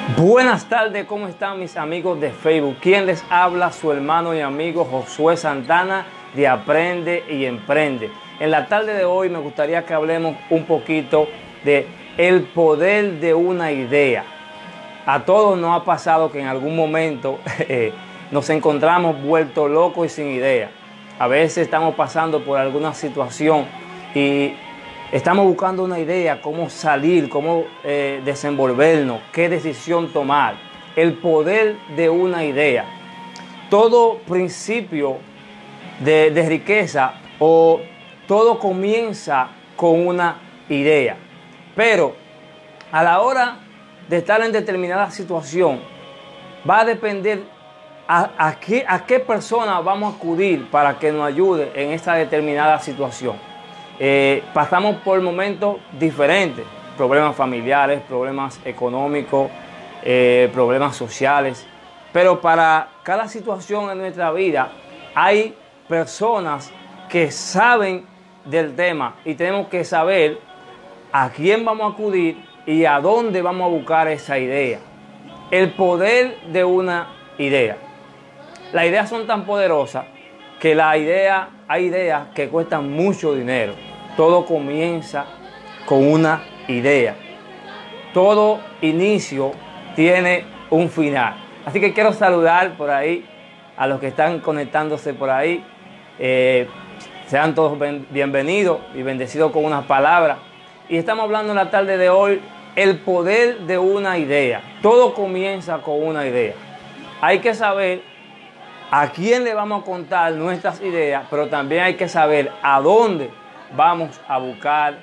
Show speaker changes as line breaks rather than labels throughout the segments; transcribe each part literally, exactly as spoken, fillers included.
Buenas tardes, ¿cómo están mis amigos de Facebook? Quien les habla, su hermano y amigo Josué Santana de Aprende y Emprende. En la tarde de hoy me gustaría que hablemos un poquito de el poder de una idea. A todos nos ha pasado que en algún momento eh, nos encontramos vueltos locos y sin idea. A veces estamos pasando por alguna situación y estamos buscando una idea, cómo salir, cómo eh, desenvolvernos, qué decisión tomar. El poder de una idea. Todo principio de, de riqueza o todo comienza con una idea. Pero a la hora de estar en determinada situación, va a depender a, a, qué, a qué persona vamos a acudir para que nos ayude en esta determinada situación. Eh, pasamos por momentos diferentes, problemas familiares, problemas económicos, eh, problemas sociales, pero para cada situación en nuestra vida hay personas que saben del tema y tenemos que saber a quién vamos a acudir y a dónde vamos a buscar esa idea. El poder de una idea. Las ideas son tan poderosas que la idea, hay ideas que cuestan mucho dinero. Todo comienza con una idea. Todo inicio tiene un final. Así que quiero saludar por ahí a los que están conectándose por ahí. Eh, sean todos bienvenidos y bendecidos con unas palabras. Y estamos hablando en la tarde de hoy el poder de una idea. Todo comienza con una idea. Hay que saber a quién le vamos a contar nuestras ideas, pero también hay que saber a dónde vamos a buscar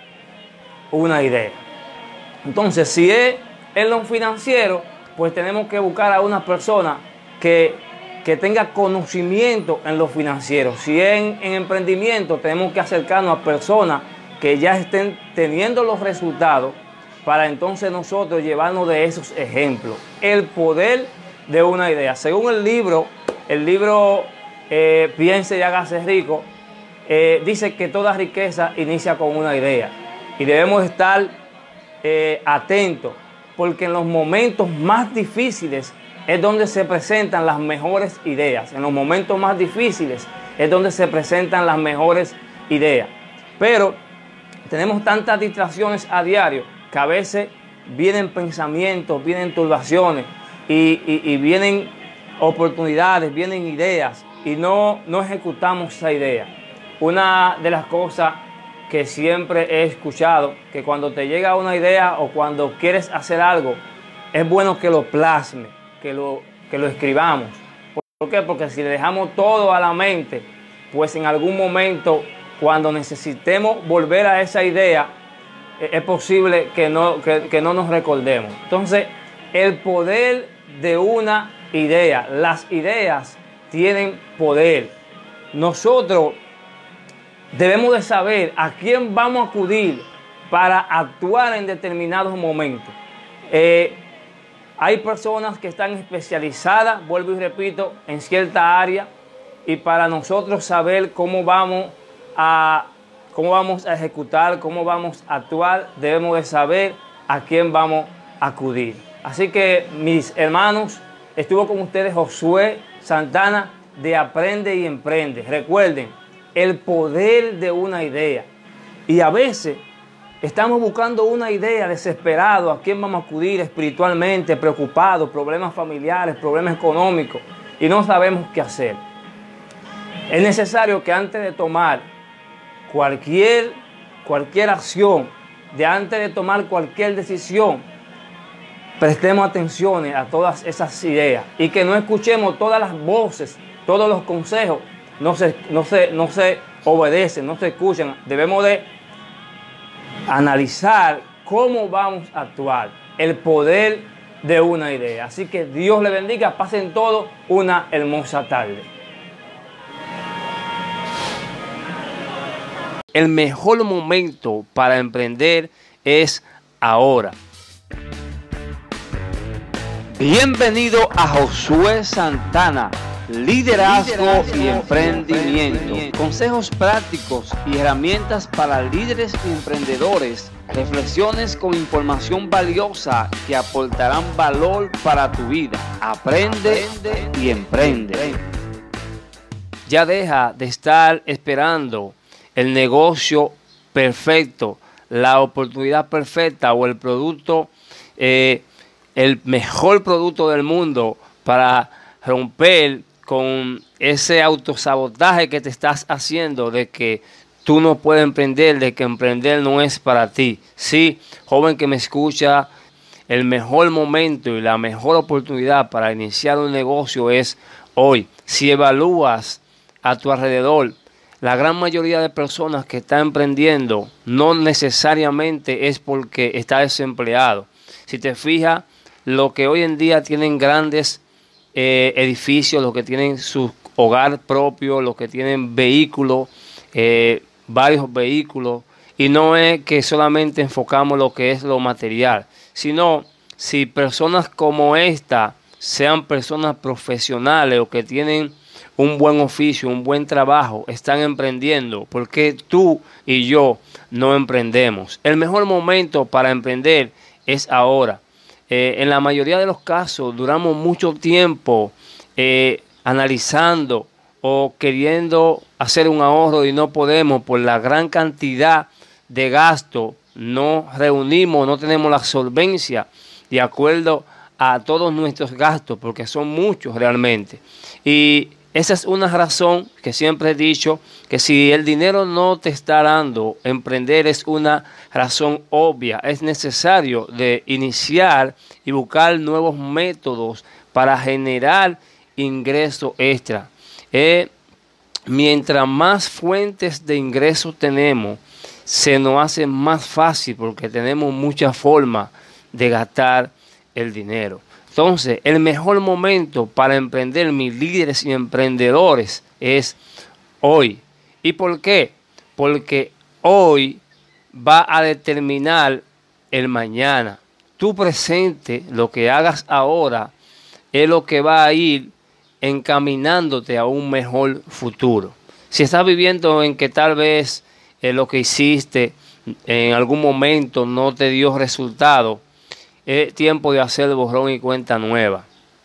una idea. Entonces, si es en lo financiero, pues tenemos que buscar a una persona que, que tenga conocimiento en lo financiero. Si es en, en emprendimiento, tenemos que acercarnos a personas que ya estén teniendo los resultados para entonces nosotros llevarnos de esos ejemplos. El poder de una idea. Según el libro, el libro eh, Piense y hágase rico, eh, dice que toda riqueza inicia con una idea. Y debemos estar eh, atentos, porque en los momentos más difíciles es donde se presentan las mejores ideas. En los momentos más difíciles es donde se presentan las mejores ideas. Pero tenemos tantas distracciones a diario que a veces vienen pensamientos, vienen turbaciones y, y, y vienen oportunidades, vienen ideas y no, no ejecutamos esa idea. Una de las cosas que siempre he escuchado, que cuando te llega una idea o cuando quieres hacer algo, es bueno que lo plasme, que lo, que lo escribamos. ¿Por qué? Porque si le dejamos todo a la mente, pues en algún momento, cuando necesitemos volver a esa idea, es posible que no, que, que no nos recordemos. Entonces, el poder de una idea. Las ideas tienen poder. Nosotros debemos de saber a quién vamos a acudir para actuar en determinados momentos. Eh, hay personas que están especializadas, vuelvo y repito, en cierta área, y para nosotros saber cómo vamos a cómo vamos a ejecutar, cómo vamos a actuar, debemos de saber a quién vamos a acudir. Así que, mis hermanos, estuvo con ustedes Josué Santana de Aprende y Emprende. Recuerden, el poder de una idea. Y a veces estamos buscando una idea desesperado, a quién vamos a acudir espiritualmente, preocupados, problemas familiares, problemas económicos, y no sabemos qué hacer. Es necesario que antes de tomar Cualquier, cualquier acción, de antes de tomar cualquier decisión, prestemos atención a todas esas ideas y que no escuchemos todas las voces, todos los consejos, no se, no se, no se obedecen, no se escuchan. Debemos de analizar cómo vamos a actuar, el poder de una idea. Así que Dios le bendiga, pasen todos una hermosa tarde. El mejor momento para emprender es ahora. Bienvenido a Josué Santana, liderazgo, liderazgo y emprendimiento. emprendimiento. Consejos prácticos y herramientas para líderes y emprendedores reflexiones con información valiosa que aportarán valor para tu vida. Aprende, Aprende y emprende. emprende. Ya deja de estar esperando el negocio perfecto, la oportunidad perfecta o el producto, eh, el mejor producto del mundo para romper con ese autosabotaje que te estás haciendo de que tú no puedes emprender, de que emprender no es para ti. Sí, joven que me escucha, el mejor momento y la mejor oportunidad para iniciar un negocio es hoy. Si evalúas a tu alrededor, la gran mayoría de personas que están emprendiendo no necesariamente es porque está desempleado. Si te fijas, lo que hoy en día tienen grandes eh, edificios, los que tienen su hogar propio, los que tienen vehículos, eh, varios vehículos, y no es que solamente enfocamos lo que es lo material, sino si personas como esta sean personas profesionales o que tienen un buen oficio, un buen trabajo, están emprendiendo. ¿Por qué tú y yo no emprendemos? El mejor momento para emprender es ahora. Eh, en la mayoría de los casos duramos mucho tiempo eh, analizando o queriendo hacer un ahorro y no podemos por la gran cantidad de gasto. No reunimos, no tenemos la solvencia de acuerdo a todos nuestros gastos, porque son muchos realmente. Y esa es una razón que siempre he dicho, que si el dinero no te está dando, emprender es una razón obvia. Es necesario de iniciar y buscar nuevos métodos para generar ingresos extra. Eh, mientras más fuentes de ingresos tenemos, se nos hace más fácil porque tenemos muchas formas de gastar el dinero. Entonces, el mejor momento para emprender, mis líderes y emprendedores, es hoy. ¿Y por qué? Porque hoy va a determinar el mañana. Tu presente, lo que hagas ahora, es lo que va a ir encaminándote a un mejor futuro. Si estás viviendo en que tal vez eh, lo que hiciste en algún momento no te dio resultado, es tiempo de hacer borrón y cuenta nueva.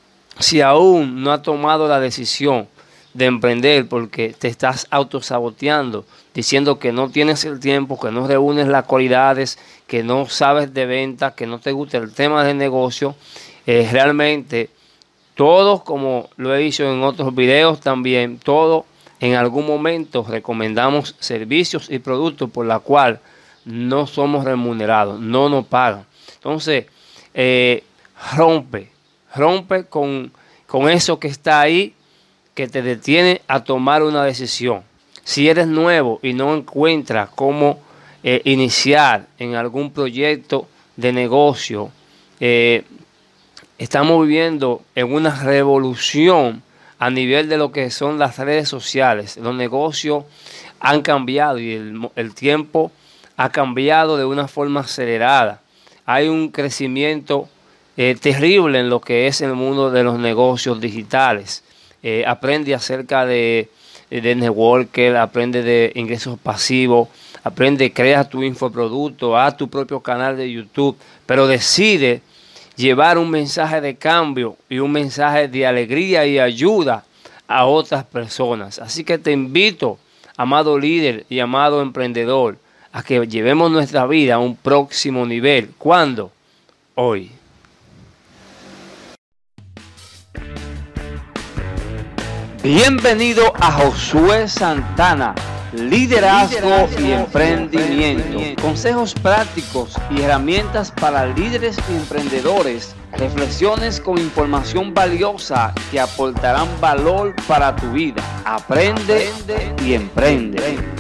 Si aún no has tomado la decisión de emprender porque te estás autosaboteando, diciendo que no tienes el tiempo, que no reúnes las cualidades, que no sabes de venta, que no te gusta el tema de negocio, eh, realmente todos, como lo he dicho en otros videos también, todos en algún momento recomendamos servicios y productos por la cual no somos remunerados, no nos pagan. Entonces, Eh, rompe, rompe con, con eso que está ahí, que te detiene a tomar una decisión. Si eres nuevo y no encuentras cómo eh, iniciar en algún proyecto de negocio, eh, estamos viviendo en una revolución a nivel de lo que son las redes sociales. Los negocios han cambiado y el, el tiempo ha cambiado de una forma acelerada. Hay un crecimiento eh, terrible en lo que es el mundo de los negocios digitales. Eh, aprende acerca de, de networker, aprende de ingresos pasivos, aprende, crea tu infoproducto, haz tu propio canal de YouTube, pero decide llevar un mensaje de cambio y un mensaje de alegría y ayuda a otras personas. Así que te invito, amado líder y amado emprendedor, a que llevemos nuestra vida a un próximo nivel. ¿Cuándo? Hoy. Bienvenido a Josué Santana, liderazgo, liderazgo y emprendimiento. emprendimiento. Consejos prácticos y herramientas para líderes y emprendedores. Reflexiones con información valiosa que aportarán valor para tu vida. Aprende, Aprende y emprende. emprende.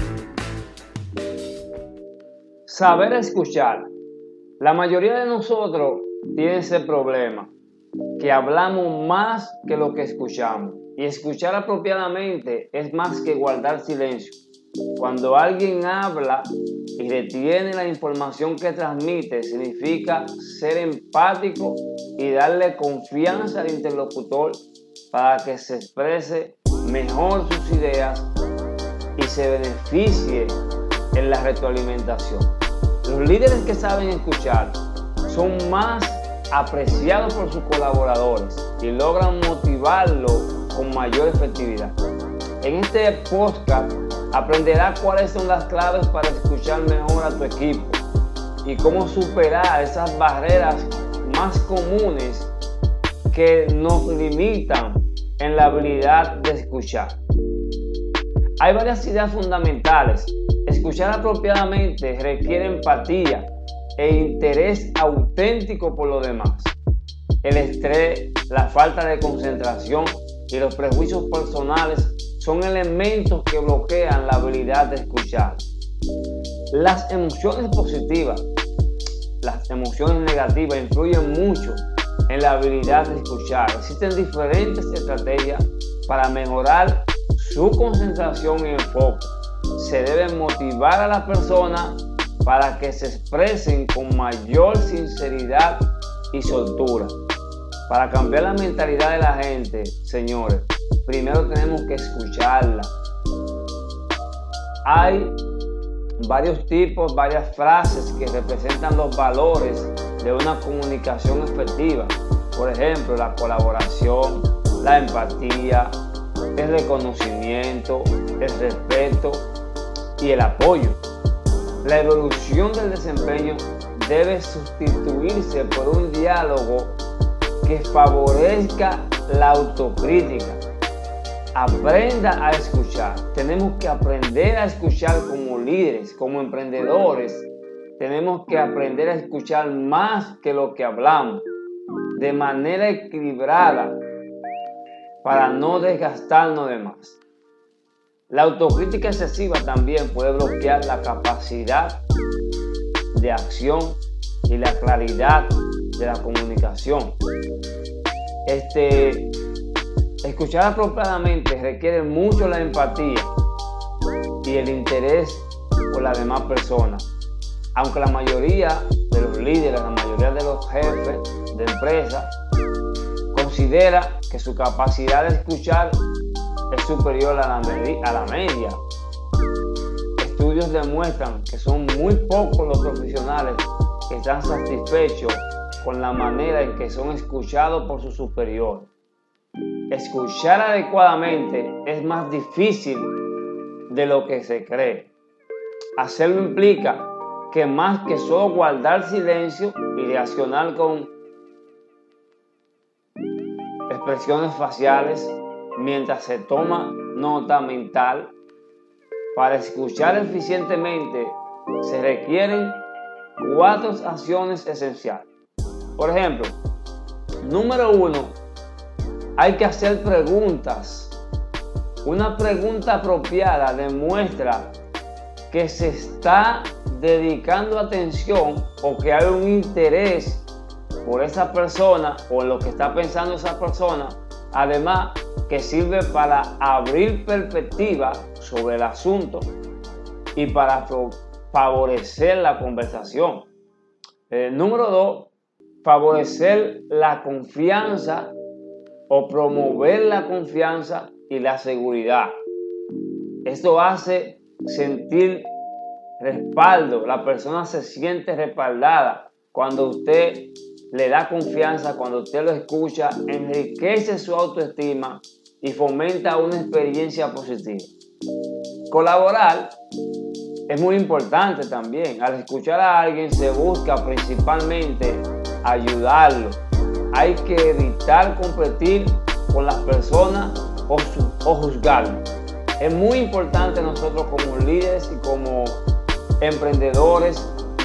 Saber escuchar. La mayoría de nosotros tiene ese problema, que hablamos más que lo que escuchamos. Y escuchar apropiadamente es más que guardar silencio. Cuando alguien habla y retiene la información que transmite, significa ser empático y darle confianza al interlocutor para que se exprese mejor sus ideas y se beneficie en la retroalimentación. Los líderes que saben escuchar son más apreciados por sus colaboradores y logran motivarlo con mayor efectividad. En este podcast aprenderás cuáles son las claves para escuchar mejor a tu equipo y cómo superar esas barreras más comunes que nos limitan en la habilidad de escuchar. Hay varias ideas fundamentales. Escuchar apropiadamente requiere empatía e interés auténtico por los demás. El estrés, la falta de concentración y los prejuicios personales son elementos que bloquean la habilidad de escuchar. Las emociones positivas, las emociones negativas influyen mucho en la habilidad de escuchar. Existen diferentes estrategias para mejorar su concentración y enfoque. Se debe motivar a la persona para que se expresen con mayor sinceridad y soltura. Para cambiar la mentalidad de la gente, señores, primero tenemos que escucharla. Hay varios tipos, varias frases que representan los valores de una comunicación efectiva. Por ejemplo, la colaboración, la empatía, el reconocimiento, el respeto y el apoyo. La evolución del desempeño debe sustituirse por un diálogo que favorezca la autocrítica. Aprenda a escuchar. Tenemos que aprender a escuchar como líderes, como emprendedores. Tenemos que aprender a escuchar más que lo que hablamos, de manera equilibrada, para no desgastarnos de más. La autocrítica excesiva también puede bloquear la capacidad de acción y la claridad de la comunicación. Este, escuchar apropiadamente requiere mucho la empatía y el interés por las demás personas. Aunque la mayoría de los líderes, la mayoría de los jefes de empresa considera que su capacidad de escuchar es superior a la, med- a la media. Estudios demuestran que son muy pocos los profesionales que están satisfechos con la manera en que son escuchados por su superior. Escuchar adecuadamente es más difícil de lo que se cree. Hacerlo implica que más que solo guardar silencio y reaccionar con expresiones faciales mientras se toma nota mental, para escuchar eficientemente se requieren cuatro acciones esenciales. Por ejemplo, número uno, hay que hacer preguntas. Una pregunta apropiada demuestra que se está dedicando atención o que hay un interés por esa persona o en lo que está pensando esa persona. Además, que sirve para abrir perspectiva sobre el asunto y para favorecer la conversación. Eh, número dos, favorecer la confianza o promover la confianza y la seguridad. Esto hace sentir respaldo. La persona se siente respaldada cuando usted le da confianza, cuando usted lo escucha, enriquece su autoestima y fomenta una experiencia positiva. Colaborar es muy importante también. Al escuchar a alguien se busca principalmente ayudarlo. Hay que evitar competir con las personas o, su, o juzgarlo. Es muy importante nosotros como líderes y como emprendedores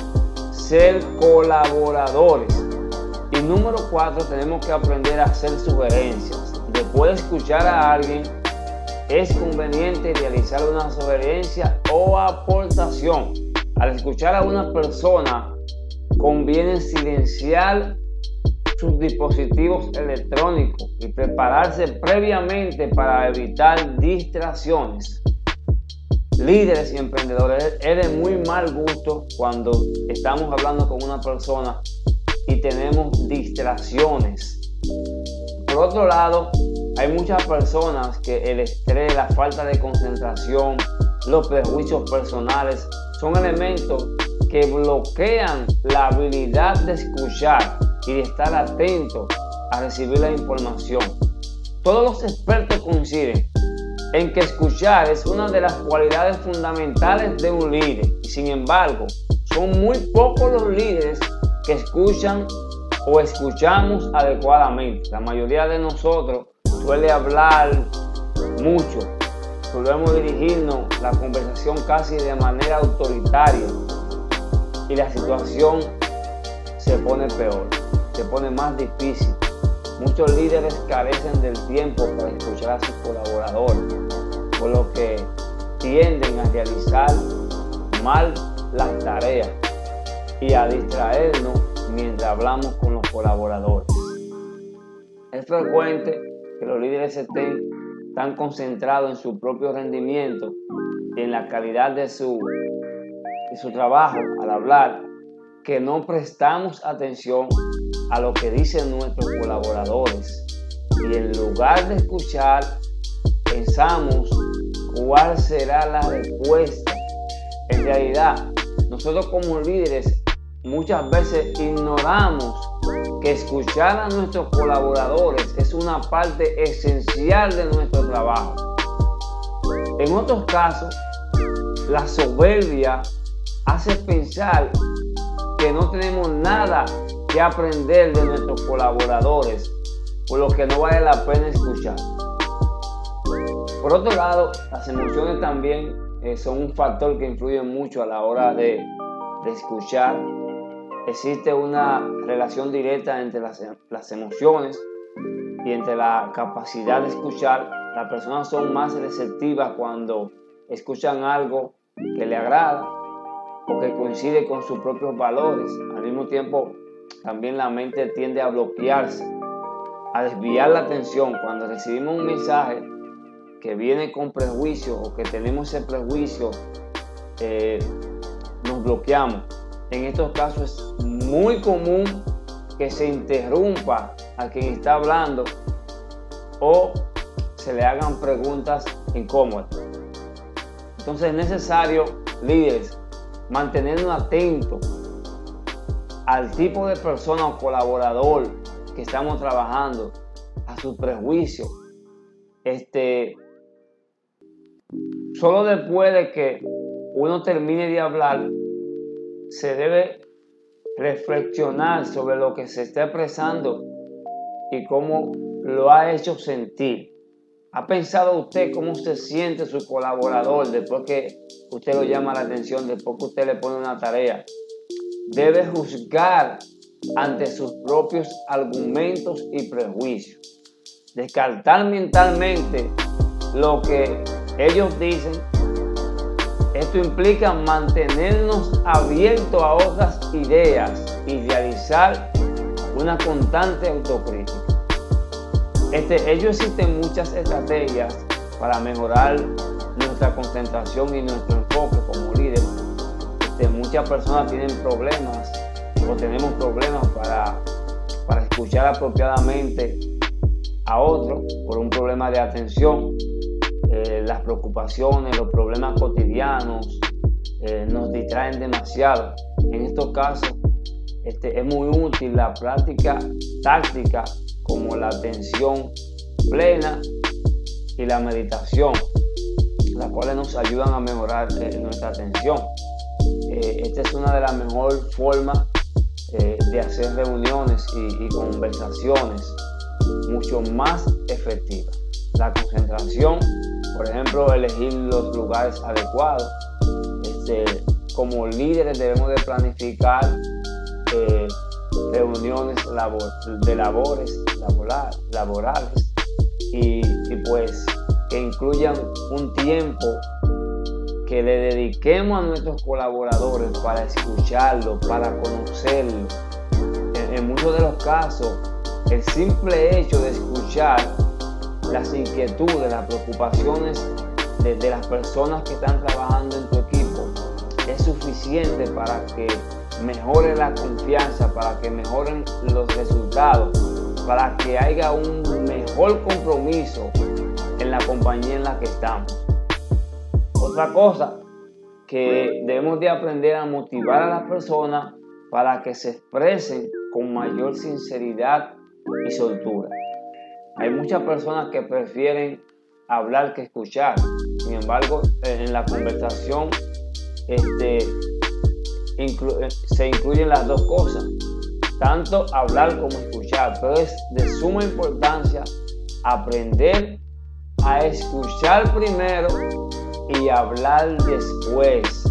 ser colaboradores. Y número cuatro, tenemos que aprender a hacer sugerencias. Después de escuchar a alguien, es conveniente realizar una sugerencia o aportación. Al escuchar a una persona, conviene silenciar sus dispositivos electrónicos y prepararse previamente para evitar distracciones. Líderes y emprendedores, es de muy mal gusto cuando estamos hablando con una persona y tenemos distracciones. Por otro lado, hay muchas personas que el estrés, la falta de concentración, los prejuicios personales son elementos que bloquean la habilidad de escuchar y de estar atento a recibir la información. Todos los expertos coinciden en que escuchar es una de las cualidades fundamentales de un líder, y sin embargo, son muy pocos los líderes que escuchan o escuchamos adecuadamente. La mayoría de nosotros suele hablar mucho, solemos dirigirnos la conversación casi de manera autoritaria y la situación se pone peor, se pone más difícil. Muchos líderes carecen del tiempo para escuchar a sus colaboradores, por lo que tienden a realizar mal las tareas y a distraernos mientras hablamos con los colaboradores. Es frecuente que los líderes estén tan concentrados en su propio rendimiento y en la calidad de su, de su trabajo al hablar, que no prestamos atención a lo que dicen nuestros colaboradores, y en lugar de escuchar pensamos cuál será la respuesta. En realidad, nosotros como líderes muchas veces ignoramos que escuchar a nuestros colaboradores es una parte esencial de nuestro trabajo. En otros casos, la soberbia hace pensar que no tenemos nada que aprender de nuestros colaboradores, por lo que no vale la pena escuchar. Por otro lado, las emociones también eh, son un factor que influye mucho a la hora de, de escuchar. Existe una relación directa entre las, las emociones y entre la capacidad de escuchar. Las personas son más receptivas cuando escuchan algo que le agrada o que coincide con sus propios valores. Al mismo tiempo, también la mente tiende a bloquearse, a desviar la atención. Cuando recibimos un mensaje que viene con prejuicio o que tenemos ese prejuicio, eh, nos bloqueamos. En estos casos es muy común que se interrumpa a quien está hablando o se le hagan preguntas incómodas. Entonces es necesario, líderes, mantenernos atentos al tipo de persona o colaborador que estamos trabajando, a sus prejuicios. Este, solo después de que uno termine de hablar, se debe reflexionar sobre lo que se está expresando y cómo lo ha hecho sentir. ¿Ha pensado usted cómo se siente su colaborador después que usted lo llama la atención, después que usted le pone una tarea? Debe juzgar ante sus propios argumentos y prejuicios. Descartar mentalmente lo que ellos dicen. Esto implica mantenernos abiertos a otras ideas y realizar una constante autocrítica. Este, ellos existen muchas estrategias para mejorar nuestra concentración y nuestro enfoque como líderes. Este, muchas personas tienen problemas o tenemos problemas para, para escuchar apropiadamente a otros por un problema de atención. Eh, las preocupaciones, los problemas cotidianos eh, nos distraen demasiado. En estos casos este, es muy útil la práctica táctica como la atención plena y la meditación, las cuales nos ayudan a mejorar eh, nuestra atención. Eh, esta es una de las mejores formas eh, de hacer reuniones y, y conversaciones mucho más efectivas. La concentración, por ejemplo, elegir los lugares adecuados. Este, como líderes debemos de planificar eh, reuniones labor, de labores laboral, laborales y, y pues que incluyan un tiempo que le dediquemos a nuestros colaboradores para escucharlos, para conocerlos. En, en muchos de los casos, el simple hecho de escuchar las inquietudes, las preocupaciones de, de las personas que están trabajando en tu equipo es suficiente para que mejore la confianza, para que mejoren los resultados, para que haya un mejor compromiso en la compañía en la que estamos. Otra cosa que debemos de aprender a motivar a las personas para que se expresen con mayor sinceridad y soltura. Hay muchas personas que prefieren hablar que escuchar. Sin embargo, en la conversación este, inclu se incluyen las dos cosas, tanto hablar como escuchar, pero es de suma importancia aprender a escuchar primero y hablar después.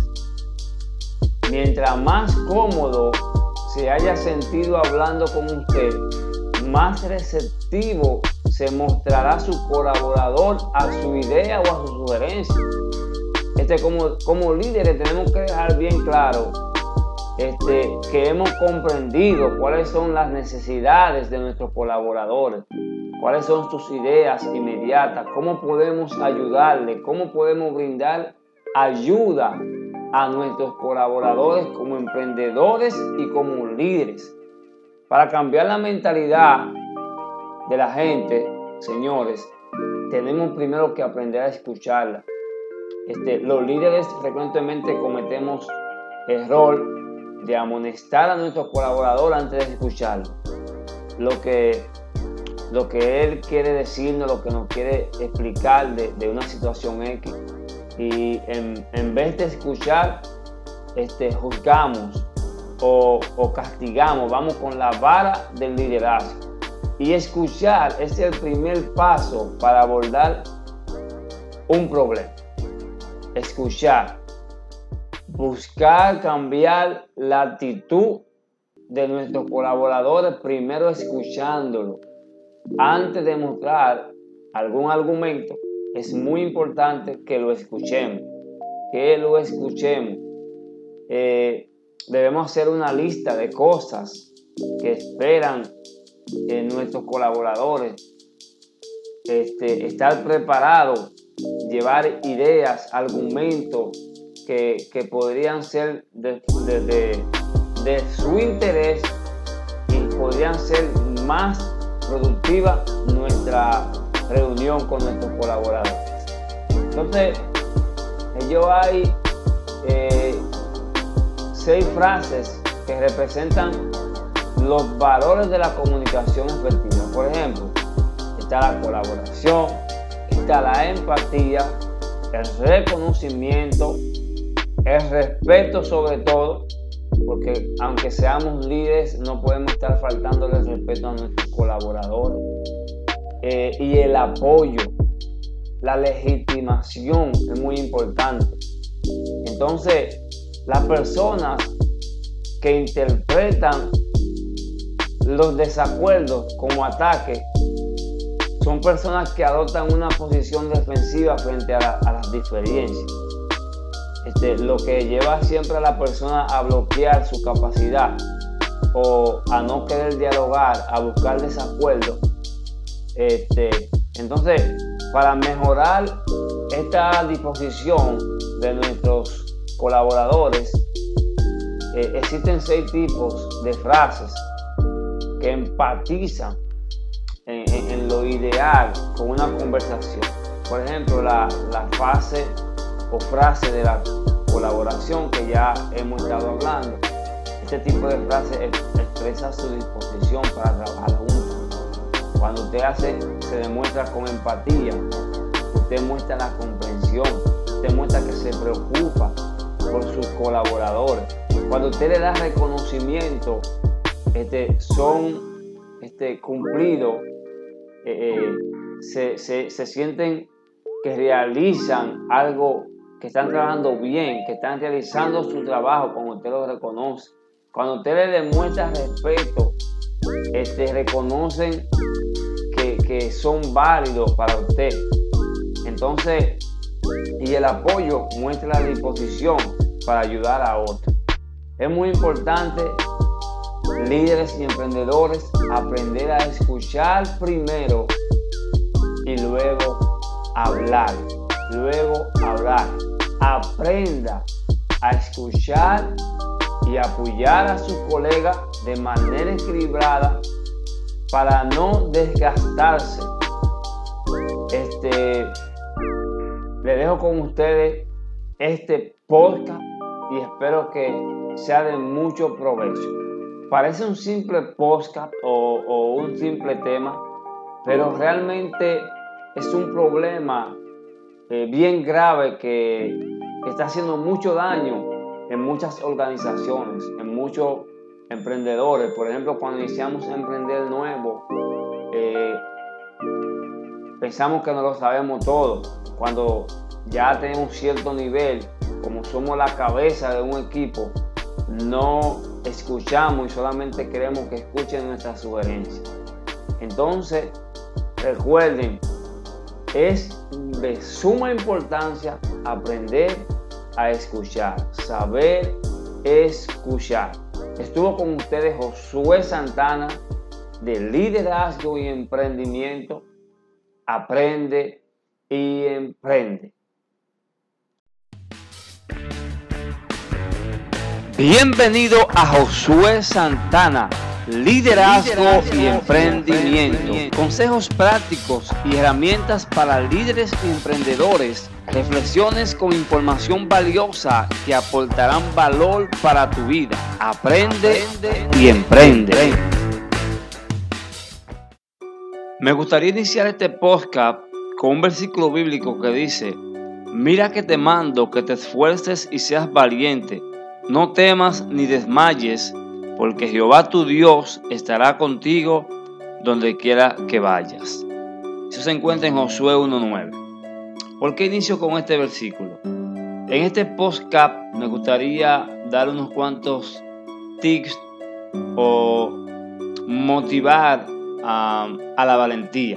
Mientras más cómodo se haya sentido hablando con usted, más receptivo se mostrará su colaborador a su idea o a su sugerencia. Este, como, como líderes tenemos que dejar bien claro este, que hemos comprendido cuáles son las necesidades de nuestros colaboradores, cuáles son sus ideas inmediatas, cómo podemos ayudarle, cómo podemos brindar ayuda a nuestros colaboradores como emprendedores y como líderes. Para cambiar la mentalidad de la gente, señores, tenemos primero que aprender a escucharla. Este, los líderes frecuentemente cometemos el error de amonestar a nuestro colaborador antes de escucharlo. Lo que, lo que él quiere decirnos, lo que nos quiere explicar de, de una situación X. Y en, en vez de escuchar, este, juzgamos o, o castigamos, vamos con la vara del liderazgo. Y escuchar es el primer paso para abordar un problema. Escuchar. Buscar cambiar la actitud de nuestros colaboradores, primero escuchándolo. Antes de mostrar algún argumento, es muy importante que lo escuchemos. Que lo escuchemos. Eh, debemos hacer una lista de cosas que esperan en nuestros colaboradores, este, estar preparado, llevar ideas, argumentos que, que podrían ser de, de, de, de su interés y podrían ser más productiva nuestra reunión con nuestros colaboradores. Entonces, ellos hay eh, seis frases que representan los valores de la comunicación efectiva. Por ejemplo, está la colaboración, está la empatía, el reconocimiento, el respeto sobre todo, porque aunque seamos líderes no podemos estar faltándole el respeto a nuestros colaboradores, eh, y el apoyo, la legitimación es muy importante. Entonces, las personas que interpretan los desacuerdos como ataque son personas que adoptan una posición defensiva frente a, la, a las diferencias. Este, lo que lleva siempre a la persona a bloquear su capacidad o a no querer dialogar, a buscar desacuerdos. Este, entonces, para mejorar esta disposición de nuestros colaboradores, eh, existen seis tipos de frases que empatizan en, en, en lo ideal con una conversación. Por ejemplo, la, la fase o frase de la colaboración que ya hemos estado hablando. Este tipo de frase expresa su disposición para trabajar juntos. Cuando usted hace, se demuestra con empatía, usted muestra la comprensión, usted muestra que se preocupa por sus colaboradores. Cuando usted le da reconocimiento, este, son este, cumplidos, eh, eh, se, se, se sienten que realizan algo, que están trabajando bien, que están realizando su trabajo cuando usted lo reconoce. Cuando usted le demuestra respeto, este, reconocen que, que son válidos para usted. Entonces, y el apoyo muestra la disposición para ayudar a otros. Es muy importante, líderes y emprendedores, aprender a escuchar primero y luego hablar. Luego hablar. Aprenda a escuchar y apoyar a sus colegas de manera equilibrada para no desgastarse. Este, le dejo con ustedes este podcast y espero que sea de mucho provecho. Parece un simple podcast o, o un simple tema, pero realmente es un problema eh, bien grave que, que está haciendo mucho daño en muchas organizaciones, en muchos emprendedores. Por ejemplo, cuando iniciamos a emprender nuevo, eh, pensamos que no lo sabemos todo. Cuando ya tenemos cierto nivel, como somos la cabeza de un equipo, no escuchamos y solamente queremos que escuchen nuestras sugerencias. Entonces, recuerden, es de suma importancia aprender a escuchar, saber escuchar. Estuvo con ustedes Josué Santana de Liderazgo y Emprendimiento. Aprende y emprende. Bienvenido a Josué Santana, Liderazgo, Liderazgo y Emprendimiento. Emprendimiento. Consejos prácticos y herramientas para líderes y emprendedores. Reflexiones con información valiosa que aportarán valor para tu vida. Aprende, Aprende y emprende. emprende. Me gustaría iniciar este podcast con un versículo bíblico que dice: mira que te mando que te esfuerces y seas valiente. No temas ni desmayes, porque Jehová tu Dios estará contigo donde quiera que vayas. Eso se encuentra en Josué uno nueve. ¿Por qué inicio con este versículo? En este podcast me gustaría dar unos cuantos tips o motivar a, a la valentía.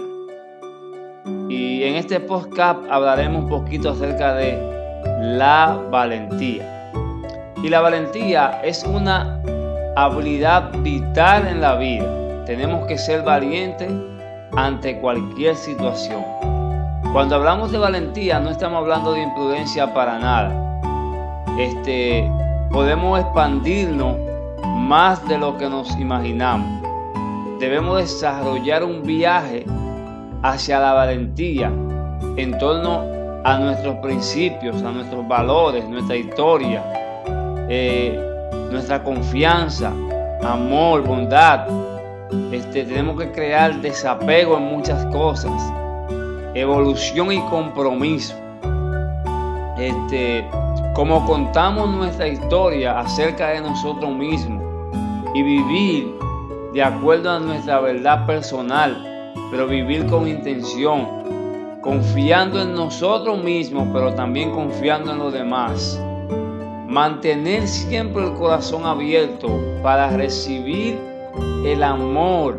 Y en este podcast hablaremos un poquito acerca de la valentía. Y la valentía es una habilidad vital en la vida. Tenemos que ser valientes ante cualquier situación. Cuando hablamos de valentía no estamos hablando de imprudencia para nada. Este, podemos expandirnos más de lo que nos imaginamos. Debemos desarrollar un viaje hacia la valentía en torno a nuestros principios, a nuestros valores, nuestra historia, eh, nuestra confianza, amor, bondad. Este, tenemos que crear desapego en muchas cosas, evolución y compromiso. Este, como contamos nuestra historia acerca de nosotros mismos y vivir de acuerdo a nuestra verdad personal, pero vivir con intención, confiando en nosotros mismos, pero también confiando en los demás. Mantener siempre el corazón abierto para recibir el amor,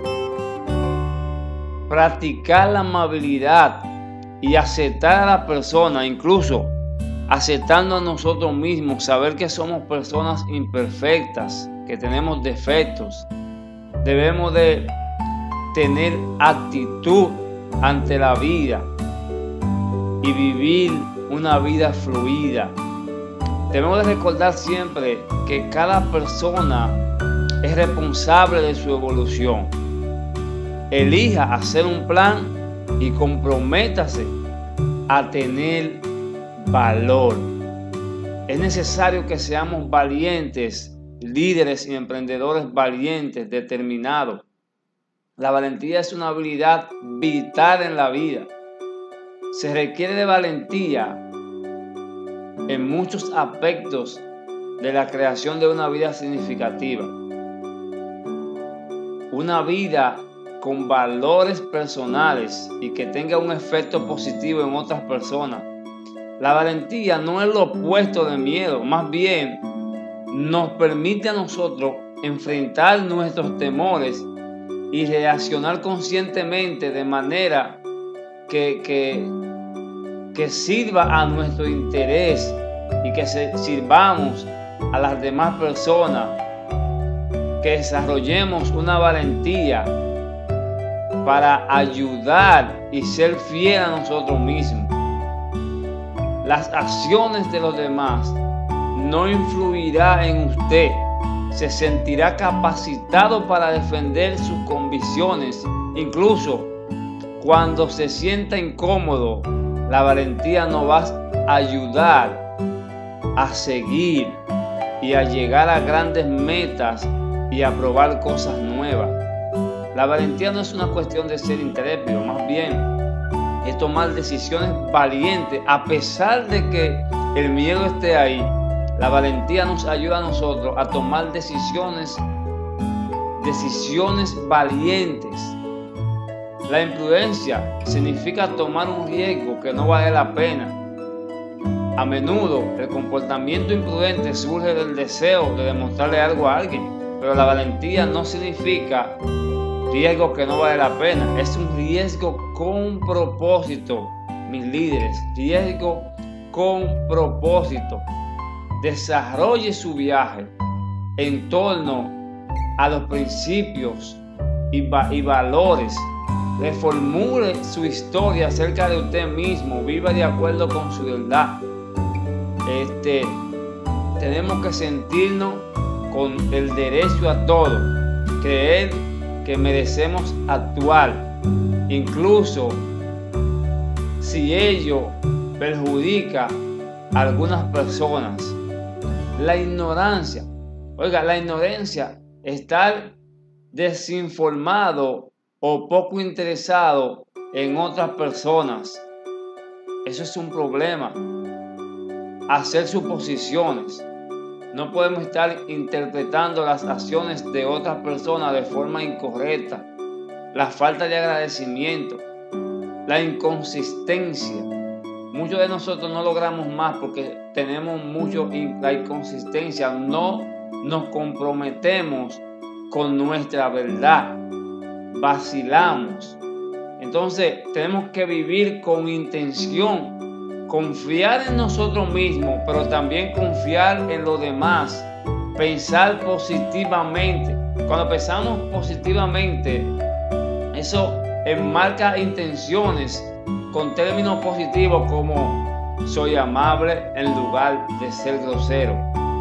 practicar la amabilidad y aceptar a la persona, incluso aceptando a nosotros mismos, saber que somos personas imperfectas, que tenemos defectos. Debemos de tener actitud ante la vida y vivir una vida fluida. Debemos de recordar siempre que cada persona es responsable de su evolución. Elija hacer un plan y comprométase a tener valor. Es necesario que seamos valientes, líderes y emprendedores valientes, determinados. La valentía es una habilidad vital en la vida. Se requiere de valentía en muchos aspectos de la creación de una vida significativa. Una vida con valores personales y que tenga un efecto positivo en otras personas. La valentía no es lo opuesto de miedo, más bien nos permite a nosotros enfrentar nuestros temores y reaccionar conscientemente de manera que, que, que sirva a nuestro interés y que se, sirvamos a las demás personas, que desarrollemos una valentía para ayudar y ser fiel a nosotros mismos. Las acciones de los demás no influirá en usted. Se sentirá capacitado para defender sus convicciones, incluso cuando se sienta incómodo. La valentía nos va a ayudar a seguir y a llegar a grandes metas y a probar cosas nuevas. La valentía no es una cuestión de ser intrépido, más bien es tomar decisiones valientes a pesar de que el miedo esté ahí. La valentía nos ayuda a nosotros a tomar decisiones, decisiones valientes. La imprudencia significa tomar un riesgo que no vale la pena. A menudo el comportamiento imprudente surge del deseo de demostrarle algo a alguien, pero la valentía no significa riesgo que no vale la pena. Es un riesgo con propósito, mis líderes. Riesgo con propósito. Desarrolle su viaje en torno a los principios y, va y valores. Reformule su historia acerca de usted mismo. Viva de acuerdo con su verdad. Este, tenemos que sentirnos con el derecho a todo. Creer que merecemos actuar, incluso si ello perjudica a algunas personas. La ignorancia, oiga, la ignorancia, estar desinformado o poco interesado en otras personas, eso es un problema. Hacer suposiciones. No podemos estar interpretando las acciones de otras personas de forma incorrecta. La falta de agradecimiento, la inconsistencia. Muchos de nosotros no logramos más porque tenemos mucho la inconsistencia. No nos comprometemos con nuestra verdad. Vacilamos. Entonces tenemos que vivir con intención. Confiar en nosotros mismos, pero también confiar en los demás. Pensar positivamente. Cuando pensamos positivamente, eso enmarca intenciones con términos positivos como soy amable en lugar de ser grosero.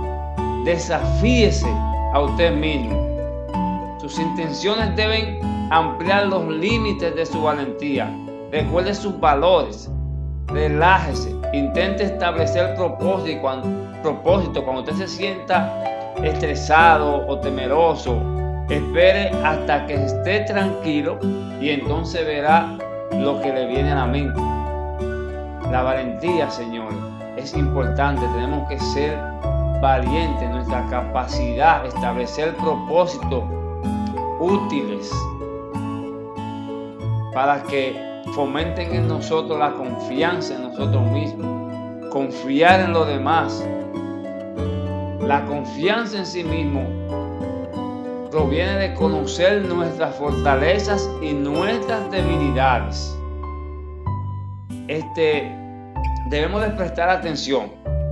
Desafíese a usted mismo. Sus intenciones deben ampliar los límites de su valentía. Recuerde sus valores. Relájese, intente establecer propósito cuando, propósito cuando usted se sienta estresado o temeroso. Espere hasta que esté tranquilo y entonces verá lo que le viene a la mente. La valentía, señores, es importante. Tenemos que ser valientes. Nuestra capacidad, establecer propósitos útiles para que fomenten en nosotros la confianza en nosotros mismos, confiar en los demás. La confianza en sí mismo proviene de conocer nuestras fortalezas y nuestras debilidades. Este, debemos de prestar atención.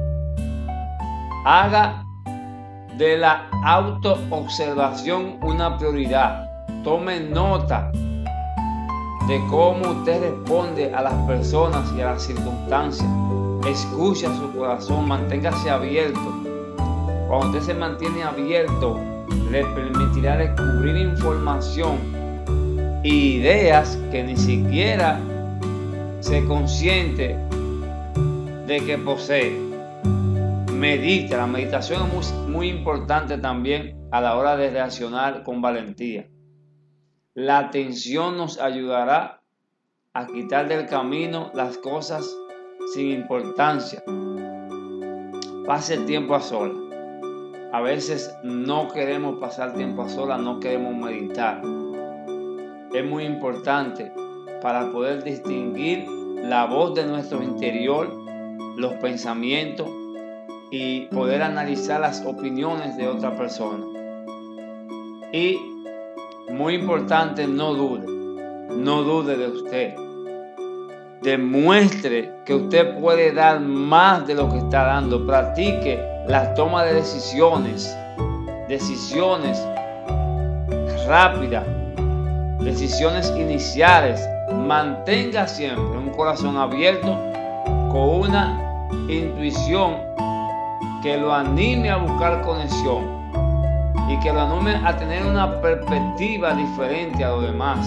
Haga de la autoobservación una prioridad. Tome nota de cómo usted responde a las personas y a las circunstancias. Escuche a su corazón, manténgase abierto. Cuando usted se mantiene abierto, le permitirá descubrir información e ideas que ni siquiera se consciente de que posee. Medita. La meditación es muy, muy importante también a la hora de reaccionar con valentía. La atención nos ayudará a quitar del camino las cosas sin importancia. Pase el tiempo a solas. A veces no queremos pasar tiempo a solas, no queremos meditar. Es muy importante para poder distinguir la voz de nuestro interior, los pensamientos y poder analizar las opiniones de otra persona. Y muy importante, no dude, no dude de usted. Demuestre que usted puede dar más de lo que está dando. Practique la toma de decisiones, decisiones rápidas, decisiones iniciales. Mantenga siempre un corazón abierto con una intuición que lo anime a buscar conexión y que lo anime a tener una perspectiva diferente a los demás.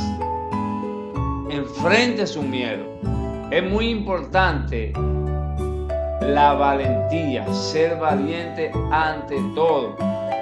Enfrente su miedo. Es muy importante la valentía, ser valiente ante todo.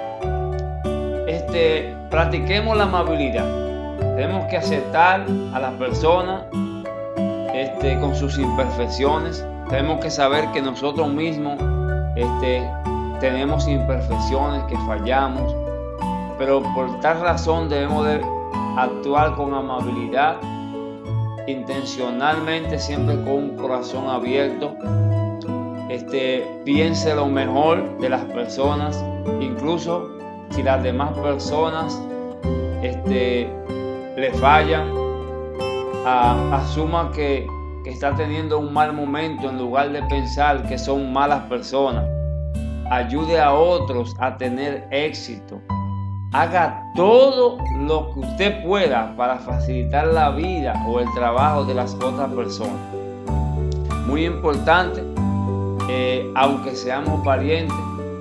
Este, practiquemos la amabilidad. Tenemos que aceptar a las personas este, con sus imperfecciones. Tenemos que saber que nosotros mismos este, tenemos imperfecciones, que fallamos, pero por tal razón debemos de actuar con amabilidad, intencionalmente, siempre con un corazón abierto. Este, piense lo mejor de las personas, incluso si las demás personas este, le fallan, a, asuma que, que está teniendo un mal momento en lugar de pensar que son malas personas. Ayude a otros a tener éxito. Haga todo lo que usted pueda para facilitar la vida o el trabajo de las otras personas. Muy importante, eh, aunque seamos valientes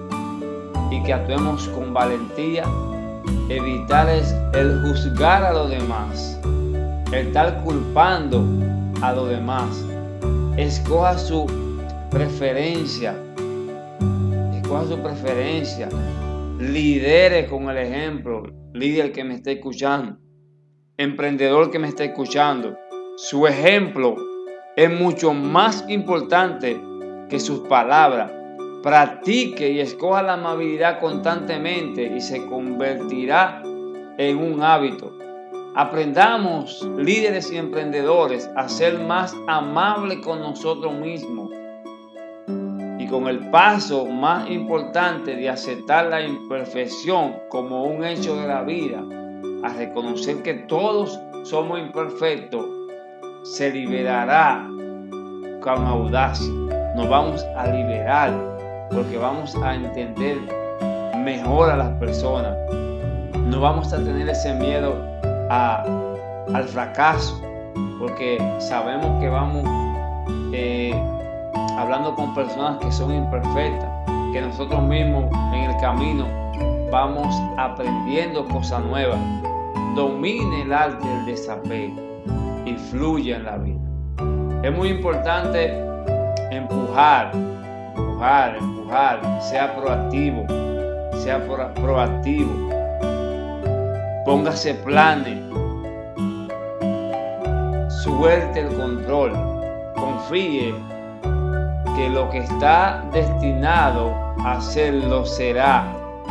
y que actuemos con valentía, evitar es el juzgar a los demás, el estar culpando a los demás. Escoja su preferencia, escoja su preferencia, lidere con el ejemplo. Líder que me está escuchando, emprendedor que me está escuchando, su ejemplo es mucho más importante que sus palabras. Practique y escoja la amabilidad constantemente y se convertirá en un hábito. Aprendamos, líderes y emprendedores, a ser más amables con nosotros mismos y con el paso más importante de aceptar la imperfección como un hecho de la vida, a reconocer que todos somos imperfectos, se liberará con audacia. Nos vamos a liberar porque vamos a entender mejor a las personas. No vamos a tener ese miedo a, al fracaso, porque sabemos que vamos eh, hablando con personas que son imperfectas, que nosotros mismos en el camino vamos aprendiendo cosas nuevas. Domine el arte del desapego y fluya en la vida. Es muy importante empujar, empujar, empujar, sea proactivo, sea pro, proactivo. Póngase planes, suelte el control, confíe que lo que está destinado a ser lo será.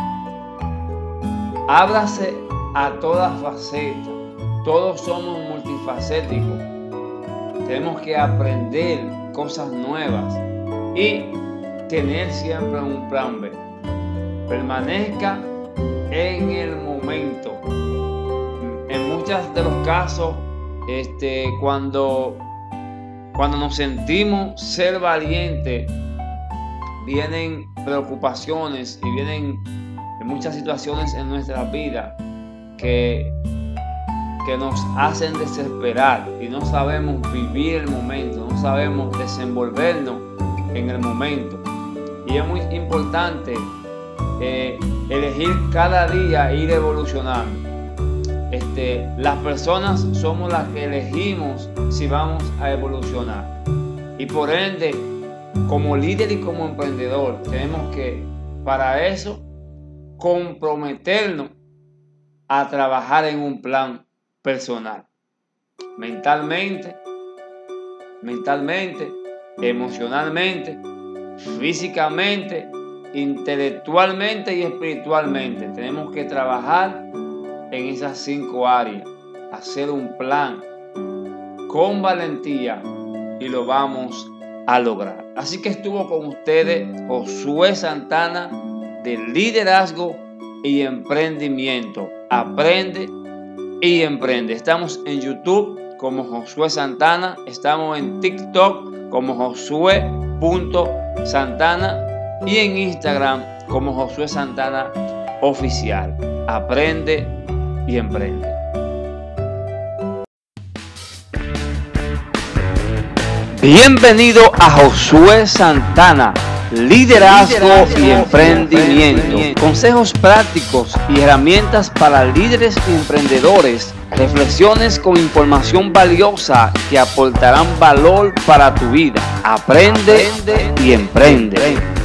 Ábrase a todas facetas. Todos somos multifacéticos. Tenemos que aprender cosas nuevas y tener siempre un plan B. Permanezca en el momento. En muchos de los casos, este, cuando, cuando nos sentimos ser valientes, vienen preocupaciones y vienen muchas situaciones en nuestra vida que, que nos hacen desesperar y no sabemos vivir el momento, no sabemos desenvolvernos en el momento. Y es muy importante eh, elegir cada día ir evolucionando. Este, las personas somos las que elegimos si vamos a evolucionar. Y por ende, como líder y como emprendedor, tenemos que, para eso, comprometernos a trabajar en un plan personal. Mentalmente, mentalmente, emocionalmente, físicamente, intelectualmente y espiritualmente. Tenemos que trabajar en esas cinco áreas, hacer un plan con valentía y lo vamos a lograr. Así que estuvo con ustedes Josué Santana de Liderazgo y Emprendimiento. Aprende y emprende. Estamos en YouTube como Josué Santana, estamos en TikTok como Josué punto Santana y en Instagram como Josué Santana Oficial. Aprende y emprende. Bienvenido a Josué Santana, Liderazgo, Liderazgo y Emprendimiento. Emprendimiento. Consejos prácticos y herramientas para líderes y emprendedores Reflexiones con información valiosa que aportarán valor para tu vida. Aprende y emprende.